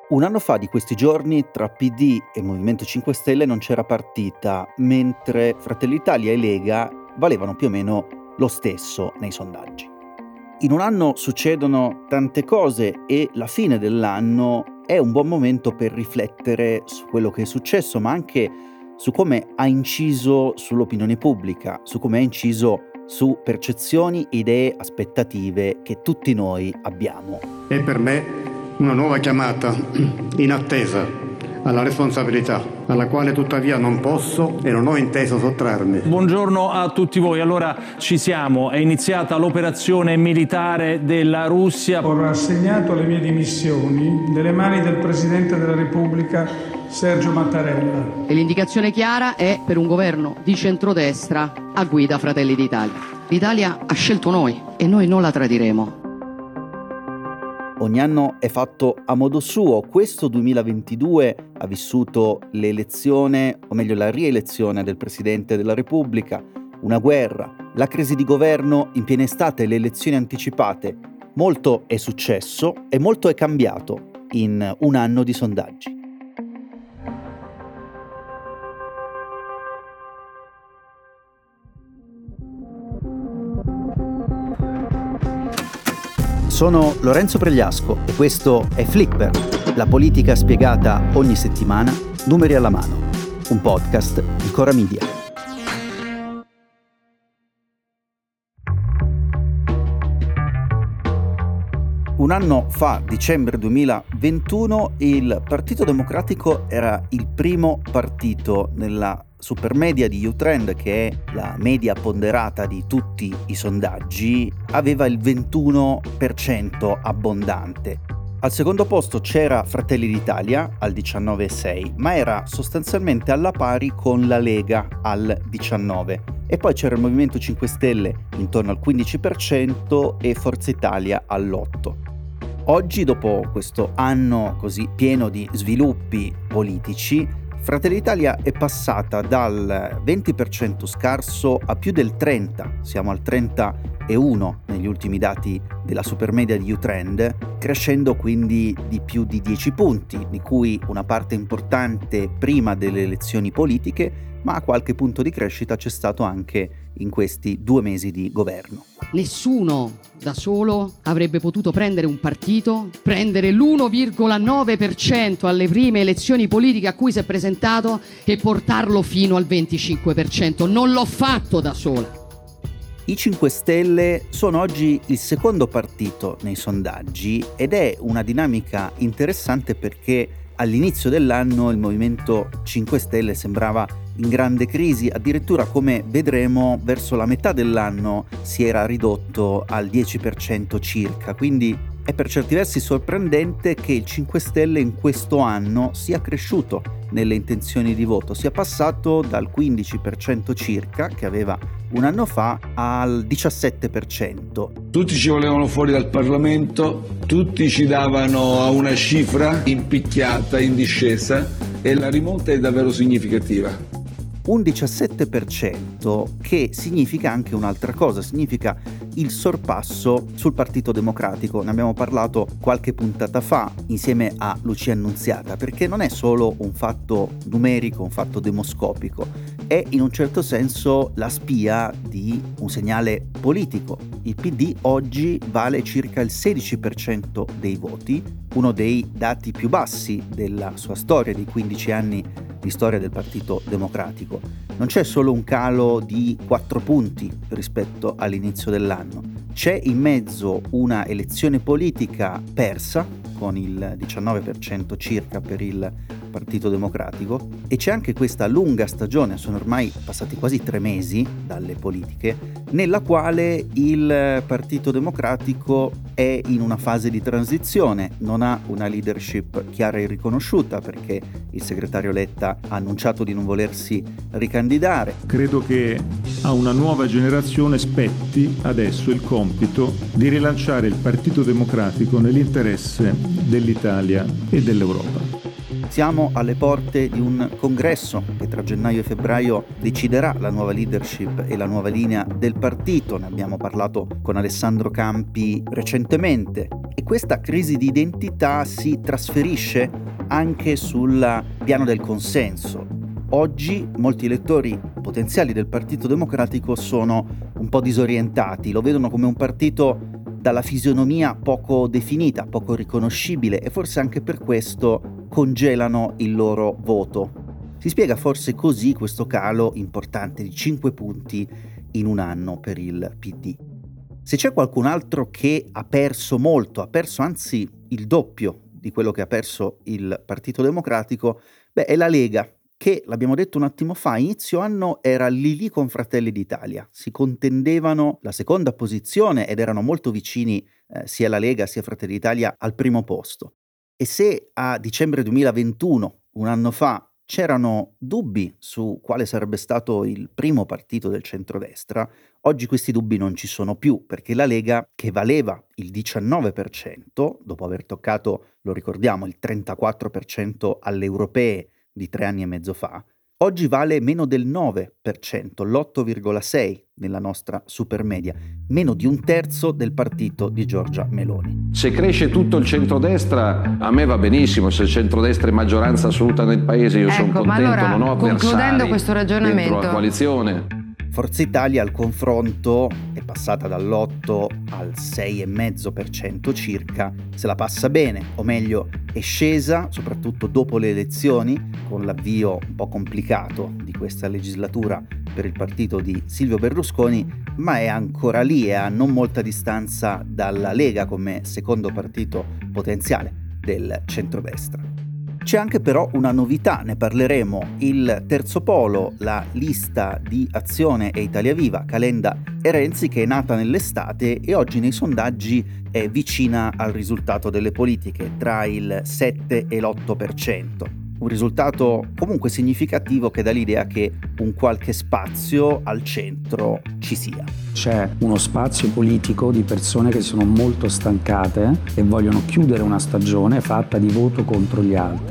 Un anno fa di questi giorni tra PD e Movimento 5 Stelle non c'era partita, mentre Fratelli d'Italia e Lega valevano più o meno lo stesso nei sondaggi. In un anno succedono tante cose e la fine dell'anno è un buon momento per riflettere su quello che è successo, ma anche su come ha inciso sull'opinione pubblica, su come ha inciso su percezioni, idee, aspettative che tutti noi abbiamo. È per me una nuova chiamata inattesa alla responsabilità, alla quale tuttavia non posso e non ho inteso sottrarmi. Buongiorno a tutti voi. Allora ci siamo, è iniziata l'operazione militare della Russia. Ho rassegnato le mie dimissioni nelle mani del Presidente della Repubblica Sergio Mattarella. E l'indicazione chiara è per un governo di centrodestra a guida Fratelli d'Italia. L'Italia ha scelto noi e noi non la tradiremo. Ogni anno è fatto a modo suo. Questo 2022 ha vissuto l'elezione, o meglio la rielezione del Presidente della Repubblica, una guerra, la crisi di governo in piena estate, le elezioni anticipate. Molto è successo e molto è cambiato in un anno di sondaggi. Sono Lorenzo Pregliasco e questo è Flipper, la politica spiegata ogni settimana, numeri alla mano, un podcast di Cora Media. Un anno fa, dicembre 2021, il Partito Democratico era il primo partito nella supermedia di U-Trend, che è la media ponderata di tutti i sondaggi, aveva il 21% abbondante. Al secondo posto c'era Fratelli d'Italia al 19,6%, ma era sostanzialmente alla pari con la Lega al 19%. E poi c'era il Movimento 5 Stelle intorno al 15% e Forza Italia all'8%. Oggi, dopo questo anno così pieno di sviluppi politici, Fratelli d'Italia è passata dal 20% scarso a più del 30%, siamo al 31% negli ultimi dati della supermedia di U-Trend, crescendo quindi di più di 10 punti, di cui una parte importante prima delle elezioni politiche, ma qualche punto di crescita c'è stato anche in questi 2 mesi di governo. Nessuno da solo avrebbe potuto prendere un partito, prendere l'1,9% alle prime elezioni politiche a cui si è presentato e portarlo fino al 25%. Non l'ho fatto da sola. I 5 Stelle sono oggi il secondo partito nei sondaggi ed è una dinamica interessante perché all'inizio dell'anno il Movimento 5 Stelle sembrava in grande crisi, addirittura come vedremo verso la metà dell'anno si era ridotto al 10% circa, quindi è per certi versi sorprendente che il 5 Stelle in questo anno sia cresciuto nelle intenzioni di voto, sia passato dal 15% circa che aveva un anno fa al 17%. Tutti ci volevano fuori dal Parlamento, tutti ci davano a una cifra impicchiata, in discesa, e la rimonta è davvero significativa. Un 17% che significa anche un'altra cosa, significa il sorpasso sul Partito Democratico. Ne abbiamo parlato qualche puntata fa insieme a Lucia Annunziata, perché non è solo un fatto numerico, un fatto demoscopico, è in un certo senso la spia di un segnale politico. Il PD oggi vale circa il 16% dei voti, uno dei dati più bassi della sua storia, dei 15 anni di storia del Partito Democratico. Non c'è solo un calo di 4 punti rispetto all'inizio dell'anno, c'è in mezzo una elezione politica persa con il 19% circa per il Partito Democratico e c'è anche questa lunga stagione, sono ormai passati quasi 3 mesi dalle politiche, nella quale il Partito Democratico è in una fase di transizione, non ha una leadership chiara e riconosciuta perché il segretario Letta ha annunciato di non volersi ricandidare. Credo che a una nuova generazione spetti adesso il compito di rilanciare il Partito Democratico nell'interesse dell'Italia e dell'Europa. Siamo alle porte di un congresso che tra gennaio e febbraio deciderà la nuova leadership e la nuova linea del partito. Ne abbiamo parlato con Alessandro Campi recentemente. E questa crisi di identità si trasferisce anche sul piano del consenso. Oggi molti elettori potenziali del Partito Democratico sono un po' disorientati, lo vedono come un partito dalla fisionomia poco definita, poco riconoscibile e forse anche per questo congelano il loro voto. Si spiega forse così questo calo importante di 5 punti in un anno per il PD. Se c'è qualcun altro che ha perso molto, ha perso anzi il doppio di quello che ha perso il Partito Democratico, è la Lega, che, l'abbiamo detto un attimo fa, a inizio anno era lì con Fratelli d'Italia. Si contendevano la seconda posizione ed erano molto vicini sia la Lega sia Fratelli d'Italia al primo posto. E se a dicembre 2021, un anno fa, c'erano dubbi su quale sarebbe stato il primo partito del centrodestra, oggi questi dubbi non ci sono più, perché la Lega, che valeva il 19%, dopo aver toccato, lo ricordiamo, il 34% alle europee di 3 anni e mezzo fa, oggi vale meno del 9%, l'8,6% nella nostra supermedia, meno di un terzo del partito di Giorgia Meloni. Se cresce tutto il centrodestra, a me va benissimo, se il centrodestra è maggioranza assoluta nel paese, io sono contento, allora, non ho avversari concludendo questo ragionamento, dentro la coalizione. Forza Italia al confronto è passata dall'8 al 6,5% circa, se la passa bene, o meglio è scesa soprattutto dopo le elezioni, con l'avvio un po' complicato di questa legislatura per il partito di Silvio Berlusconi, ma è ancora lì e a non molta distanza dalla Lega come secondo partito potenziale del centrodestra. C'è anche però una novità, ne parleremo, il terzo polo, la lista di Azione e Italia Viva, Calenda e Renzi, che è nata nell'estate e oggi nei sondaggi è vicina al risultato delle politiche, tra il 7 e l'8%. Un risultato comunque significativo che dà l'idea che un qualche spazio al centro ci sia. C'è uno spazio politico di persone che sono molto stancate e vogliono chiudere una stagione fatta di voto contro gli altri.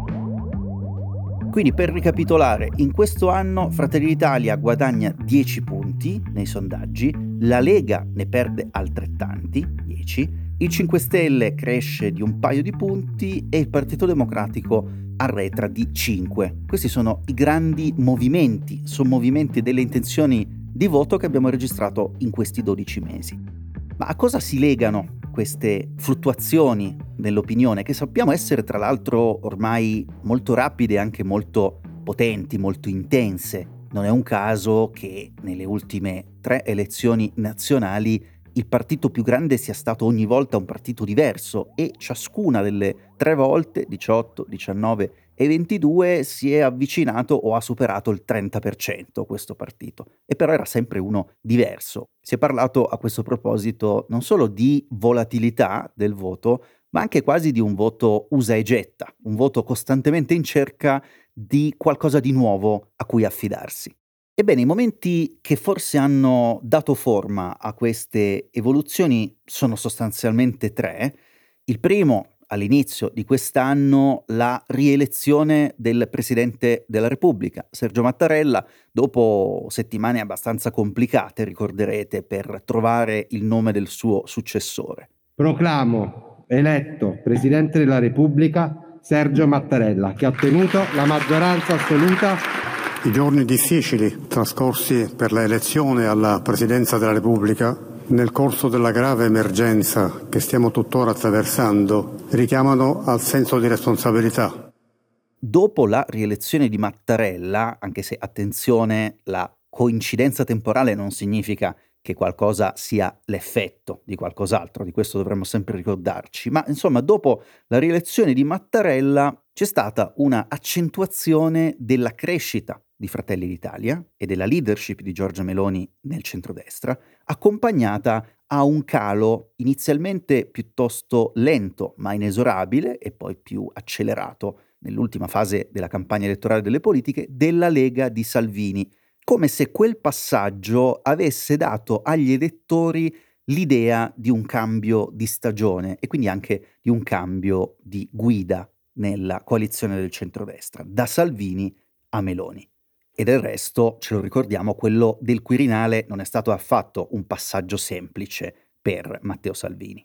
Quindi per ricapitolare, in questo anno Fratelli d'Italia guadagna 10 punti nei sondaggi, la Lega ne perde altrettanti, 10, il 5 Stelle cresce di un paio di punti e il Partito Democratico arretra di 5. Questi sono i grandi movimenti, sommovimenti delle intenzioni di voto che abbiamo registrato in questi 12 mesi. Ma a cosa si legano queste fluttuazioni nell'opinione, che sappiamo essere tra l'altro ormai molto rapide e anche molto potenti, molto intense? Non è un caso che nelle ultime 3 elezioni nazionali il partito più grande sia stato ogni volta un partito diverso e ciascuna delle 3 volte, 18, 19 e 22, si è avvicinato o ha superato il 30% questo partito. E però era sempre uno diverso. Si è parlato a questo proposito non solo di volatilità del voto, ma anche quasi di un voto usa e getta, un voto costantemente in cerca di qualcosa di nuovo a cui affidarsi. Ebbene, i momenti che forse hanno dato forma a queste evoluzioni sono sostanzialmente 3. Il primo, all'inizio di quest'anno, la rielezione del Presidente della Repubblica, Sergio Mattarella, dopo settimane abbastanza complicate, ricorderete, per trovare il nome del suo successore. Proclamo eletto Presidente della Repubblica Sergio Mattarella, che ha ottenuto la maggioranza assoluta. I giorni difficili trascorsi per l'elezione alla Presidenza della Repubblica, nel corso della grave emergenza che stiamo tuttora attraversando, richiamano al senso di responsabilità. Dopo la rielezione di Mattarella, anche se, attenzione, la coincidenza temporale non significa che qualcosa sia l'effetto di qualcos'altro, di questo dovremmo sempre ricordarci, ma insomma dopo la rielezione di Mattarella c'è stata una accentuazione della crescita di Fratelli d'Italia e della leadership di Giorgia Meloni nel centrodestra, accompagnata a un calo inizialmente piuttosto lento ma inesorabile e poi più accelerato nell'ultima fase della campagna elettorale delle politiche della Lega di Salvini, come se quel passaggio avesse dato agli elettori l'idea di un cambio di stagione e quindi anche di un cambio di guida nella coalizione del centrodestra, da Salvini a Meloni. E del resto, ce lo ricordiamo, quello del Quirinale non è stato affatto un passaggio semplice per Matteo Salvini.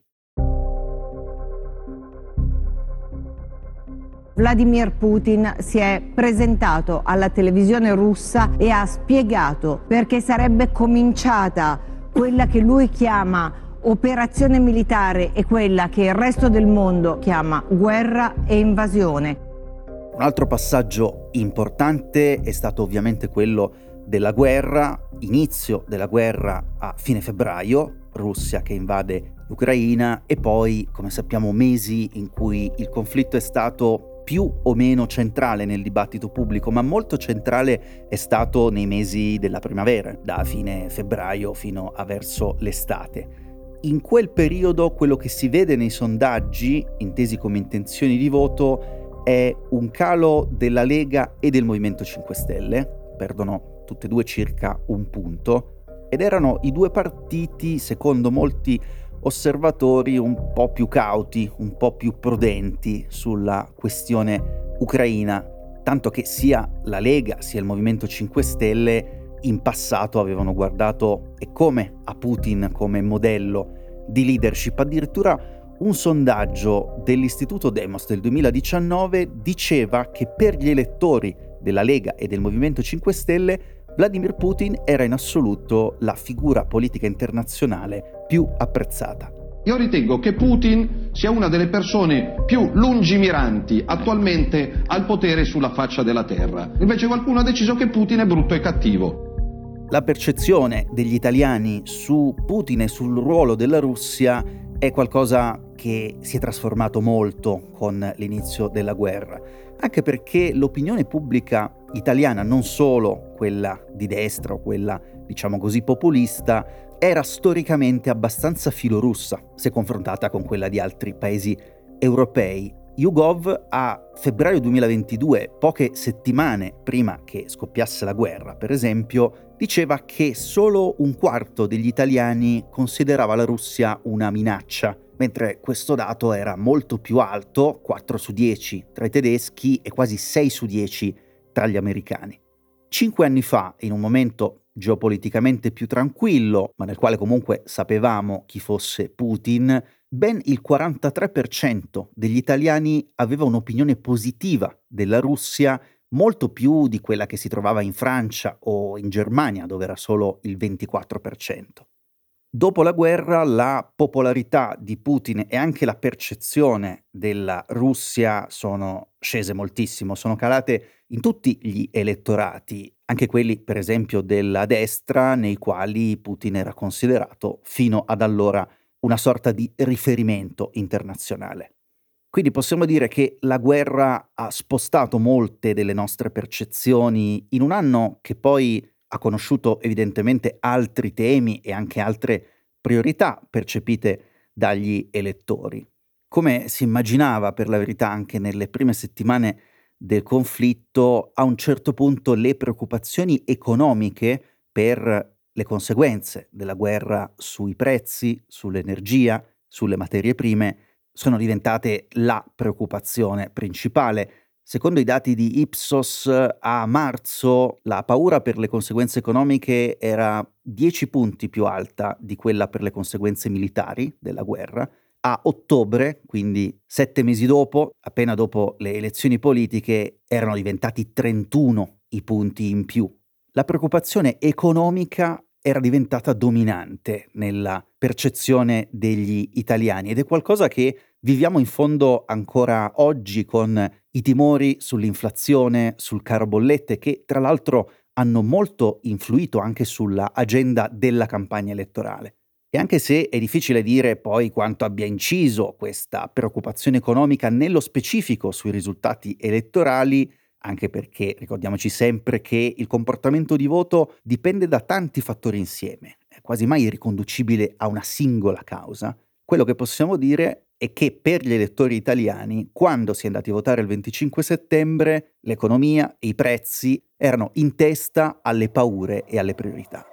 Vladimir Putin si è presentato alla televisione russa e ha spiegato perché sarebbe cominciata quella che lui chiama operazione militare e quella che il resto del mondo chiama guerra e invasione. Un altro passaggio importante è stato ovviamente quello della guerra, inizio della guerra a fine febbraio, Russia che invade l'Ucraina, e poi, come sappiamo, mesi in cui il conflitto è stato più o meno centrale nel dibattito pubblico, ma molto centrale è stato nei mesi della primavera, da fine febbraio fino a verso l'estate. In quel periodo quello che si vede nei sondaggi, intesi come intenzioni di voto, è un calo della Lega e del Movimento 5 Stelle, perdono tutte e due circa un punto, ed erano i due partiti, secondo molti osservatori, un po' più cauti, un po' più prudenti sulla questione ucraina, tanto che sia la Lega sia il Movimento 5 Stelle in passato avevano guardato e come a Putin come modello di leadership. Addirittura un sondaggio dell'Istituto Demos del 2019 diceva che per gli elettori della Lega e del Movimento 5 Stelle Vladimir Putin era in assoluto la figura politica internazionale più apprezzata. Io ritengo che Putin sia una delle persone più lungimiranti attualmente al potere sulla faccia della terra. Invece qualcuno ha deciso che Putin è brutto e cattivo. La percezione degli italiani su Putin e sul ruolo della Russia è qualcosa che si è trasformato molto con l'inizio della guerra, anche perché l'opinione pubblica italiana, non solo quella di destra o quella, diciamo così, populista, era storicamente abbastanza filorussa se confrontata con quella di altri paesi europei. YouGov a febbraio 2022, poche settimane prima che scoppiasse la guerra, per esempio, diceva che solo un quarto degli italiani considerava la Russia una minaccia, mentre questo dato era molto più alto, 4 su 10 tra i tedeschi e quasi 6 su 10 tra gli americani. 5 anni fa, in un momento geopoliticamente più tranquillo, ma nel quale comunque sapevamo chi fosse Putin, ben il 43% degli italiani aveva un'opinione positiva della Russia, molto più di quella che si trovava in Francia o in Germania, dove era solo il 24%. Dopo la guerra la popolarità di Putin e anche la percezione della Russia sono scese moltissimo, sono calate in tutti gli elettorati, anche quelli per esempio della destra, nei quali Putin era considerato fino ad allora una sorta di riferimento internazionale. Quindi possiamo dire che la guerra ha spostato molte delle nostre percezioni in un anno che poi ha conosciuto evidentemente altri temi e anche altre priorità percepite dagli elettori. Come si immaginava, per la verità, anche nelle prime settimane del conflitto, a un certo punto le preoccupazioni economiche per le conseguenze della guerra sui prezzi, sull'energia, sulle materie prime, sono diventate la preoccupazione principale. Secondo i dati di Ipsos, a marzo la paura per le conseguenze economiche era 10 punti più alta di quella per le conseguenze militari della guerra. A ottobre, quindi 7 mesi dopo, appena dopo le elezioni politiche, erano diventati 31 i punti in più. La preoccupazione economica era diventata dominante nella percezione degli italiani ed è qualcosa che viviamo in fondo ancora oggi con i timori sull'inflazione, sul caro bollette, che tra l'altro hanno molto influito anche sulla agenda della campagna elettorale. E anche se è difficile dire poi quanto abbia inciso questa preoccupazione economica nello specifico sui risultati elettorali, anche perché ricordiamoci sempre che il comportamento di voto dipende da tanti fattori insieme, è quasi mai riconducibile a una singola causa, quello che possiamo dire è che per gli elettori italiani, quando si è andati a votare il 25 settembre, l'economia e i prezzi erano in testa alle paure e alle priorità.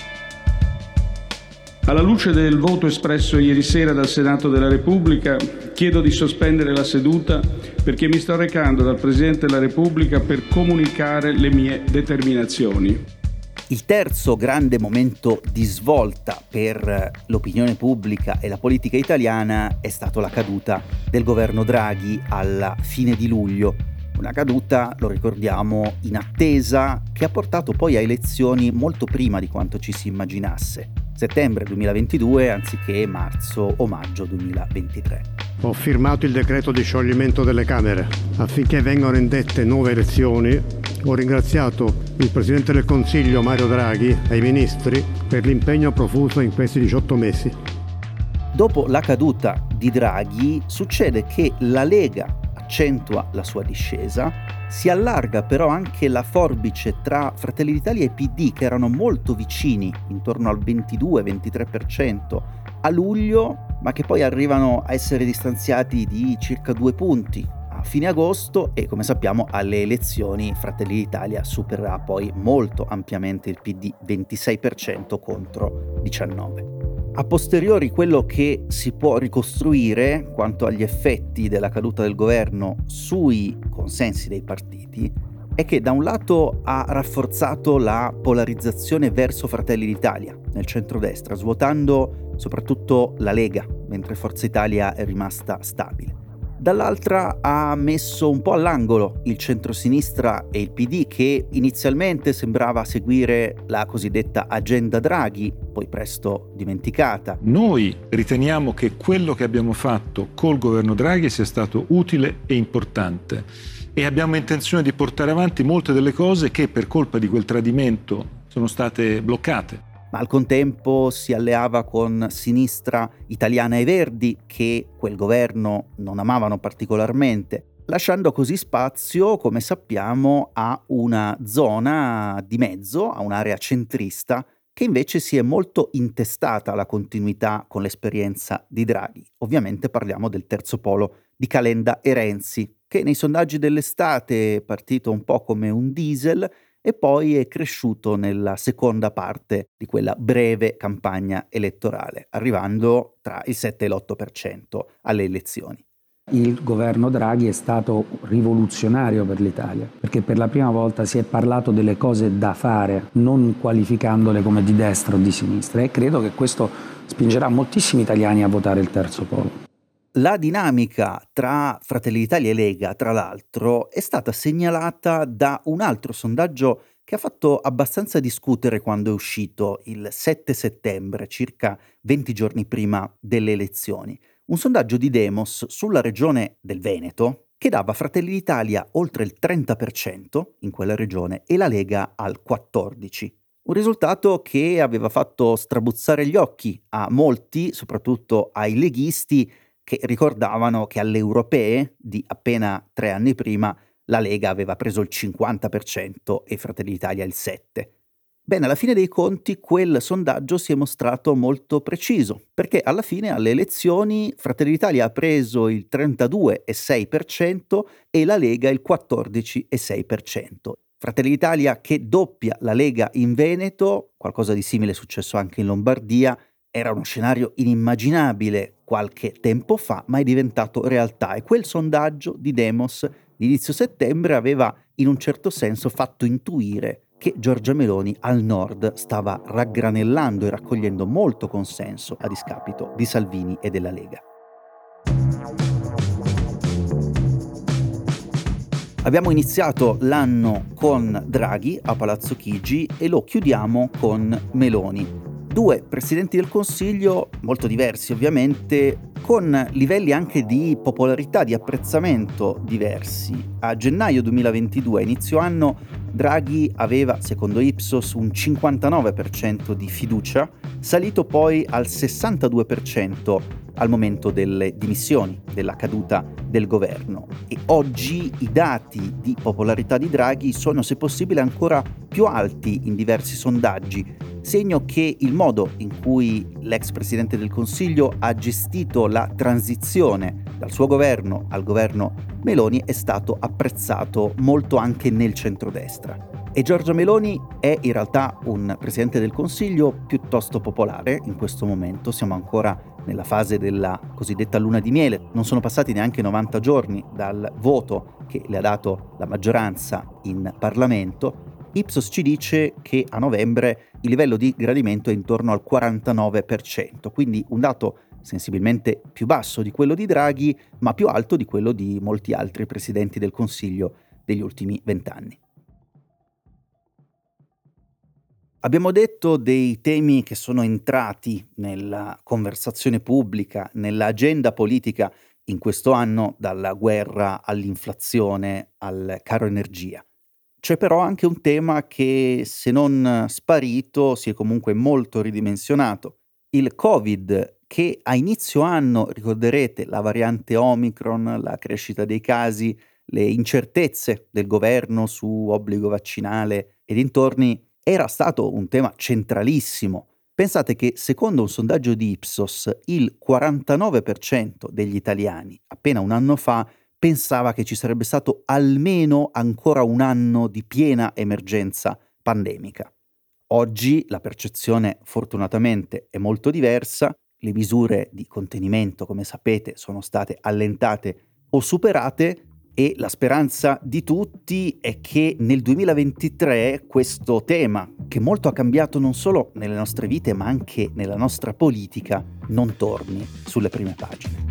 Alla luce del voto espresso ieri sera dal Senato della Repubblica, Chiedo di sospendere la seduta perché mi sto recando dal Presidente della Repubblica per comunicare le mie determinazioni. Il terzo grande momento di svolta per l'opinione pubblica e la politica italiana è stato la caduta del governo Draghi alla fine di luglio. Una caduta, lo ricordiamo, inattesa, che ha portato poi a elezioni molto prima di quanto ci si immaginasse. Settembre 2022 anziché marzo o maggio 2023. Ho firmato il decreto di scioglimento delle Camere affinché vengano indette nuove elezioni. Ho ringraziato il Presidente del Consiglio Mario Draghi e i ministri per l'impegno profuso in questi 18 mesi. Dopo la caduta di Draghi succede che la Lega accentua la sua discesa, si allarga però anche la forbice tra Fratelli d'Italia e PD, che erano molto vicini, intorno al 22-23% a luglio, ma che poi arrivano a essere distanziati di circa 2 punti a fine agosto, e come sappiamo alle elezioni Fratelli d'Italia supererà poi molto ampiamente il PD, 26% contro 19%. A posteriori quello che si può ricostruire quanto agli effetti della caduta del governo sui consensi dei partiti è che da un lato ha rafforzato la polarizzazione verso Fratelli d'Italia nel centrodestra, svuotando soprattutto la Lega, mentre Forza Italia è rimasta stabile. Dall'altra ha messo un po' all'angolo il centrosinistra e il PD, che inizialmente sembrava seguire la cosiddetta agenda Draghi, poi presto dimenticata. Noi riteniamo che quello che abbiamo fatto col governo Draghi sia stato utile e importante e abbiamo intenzione di portare avanti molte delle cose che per colpa di quel tradimento sono state bloccate. Ma al contempo si alleava con Sinistra Italiana e Verdi, che quel governo non amavano particolarmente, lasciando così spazio, come sappiamo, a una zona di mezzo, a un'area centrista, che invece si è molto intestata alla continuità con l'esperienza di Draghi. Ovviamente parliamo del terzo polo di Calenda e Renzi, che nei sondaggi dell'estate è partito un po' come un diesel e poi è cresciuto nella seconda parte di quella breve campagna elettorale, arrivando tra il 7 e l'8% alle elezioni. Il governo Draghi è stato rivoluzionario per l'Italia, perché per la prima volta si è parlato delle cose da fare, non qualificandole come di destra o di sinistra, e credo che questo spingerà moltissimi italiani a votare il terzo polo. La dinamica tra Fratelli d'Italia e Lega, tra l'altro, è stata segnalata da un altro sondaggio che ha fatto abbastanza discutere quando è uscito il 7 settembre, circa 20 giorni prima delle elezioni. Un sondaggio di Demos sulla regione del Veneto che dava Fratelli d'Italia oltre il 30% in quella regione e la Lega al 14%. Un risultato che aveva fatto strabuzzare gli occhi a molti, soprattutto ai leghisti, che ricordavano che alle europee di appena 3 anni prima la Lega aveva preso il 50% e Fratelli d'Italia il 7%. Bene, alla fine dei conti quel sondaggio si è mostrato molto preciso, perché alla fine alle elezioni Fratelli d'Italia ha preso il 32,6% e la Lega il 14,6%. Fratelli d'Italia che doppia la Lega in Veneto, qualcosa di simile è successo anche in Lombardia, era uno scenario inimmaginabile qualche tempo fa, ma è diventato realtà, e quel sondaggio di Demos di inizio settembre aveva in un certo senso fatto intuire che Giorgia Meloni al nord stava raggranellando e raccogliendo molto consenso a discapito di Salvini e della Lega. Abbiamo iniziato l'anno con Draghi a Palazzo Chigi e lo chiudiamo con Meloni. 2 presidenti del Consiglio molto diversi ovviamente, con livelli anche di popolarità, di apprezzamento diversi. A gennaio 2022, inizio anno, Draghi aveva, secondo Ipsos, un 59% di fiducia, salito poi al 62% al momento delle dimissioni, della caduta del governo. E oggi i dati di popolarità di Draghi sono, se possibile, ancora più alti in diversi sondaggi, segno che il modo in cui l'ex Presidente del Consiglio ha gestito la transizione dal suo governo al governo Meloni è stato apprezzato molto anche nel centrodestra. E Giorgia Meloni è in realtà un Presidente del Consiglio piuttosto popolare in questo momento, siamo ancora nella fase della cosiddetta luna di miele. Non sono passati neanche 90 giorni dal voto che le ha dato la maggioranza in Parlamento. Ipsos ci dice che a novembre il livello di gradimento è intorno al 49%, quindi un dato sensibilmente più basso di quello di Draghi, ma più alto di quello di molti altri presidenti del Consiglio degli ultimi 20 anni. Abbiamo detto dei temi che sono entrati nella conversazione pubblica, nell'agenda politica in questo anno, dalla guerra all'inflazione al caro energia. C'è però anche un tema che, se non sparito, si è comunque molto ridimensionato. Il Covid, che a inizio anno, ricorderete, la variante Omicron, la crescita dei casi, le incertezze del governo su obbligo vaccinale e dintorni, era stato un tema centralissimo. Pensate che, secondo un sondaggio di Ipsos, il 49% degli italiani, appena un anno fa, pensava che ci sarebbe stato almeno ancora un anno di piena emergenza pandemica. Oggi la percezione, fortunatamente, è molto diversa. Le misure di contenimento, come sapete, sono state allentate o superate, e la speranza di tutti è che nel 2023 questo tema, che molto ha cambiato non solo nelle nostre vite ma anche nella nostra politica, non torni sulle prime pagine.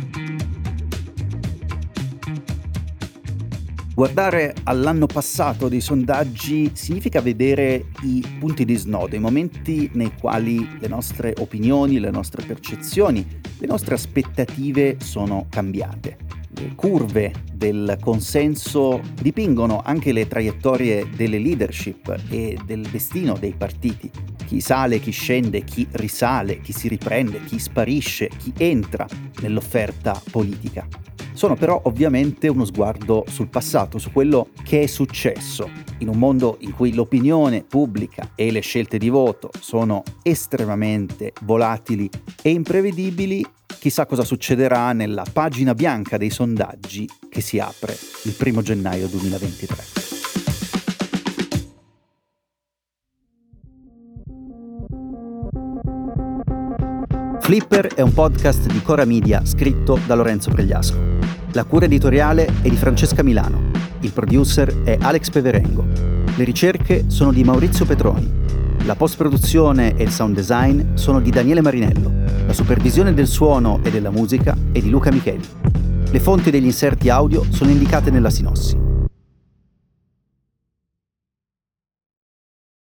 Guardare all'anno passato dei sondaggi significa vedere i punti di snodo, i momenti nei quali le nostre opinioni, le nostre percezioni, le nostre aspettative sono cambiate. Le curve del consenso dipingono anche le traiettorie delle leadership e del destino dei partiti. Chi sale, chi scende, chi risale, chi si riprende, chi sparisce, chi entra nell'offerta politica. Sono però ovviamente uno sguardo sul passato, su quello che è successo. In un mondo in cui l'opinione pubblica e le scelte di voto sono estremamente volatili e imprevedibili, chissà cosa succederà nella pagina bianca dei sondaggi che si apre il 1 gennaio 2023. Flipper è un podcast di Cora Media scritto da Lorenzo Pregliasco. La cura editoriale è di Francesca Milano. Il producer è Alex Peverengo. Le ricerche sono di Maurizio Petroni. La post-produzione e il sound design sono di Daniele Marinello. La supervisione del suono e della musica è di Luca Micheli. Le fonti degli inserti audio sono indicate nella sinossi.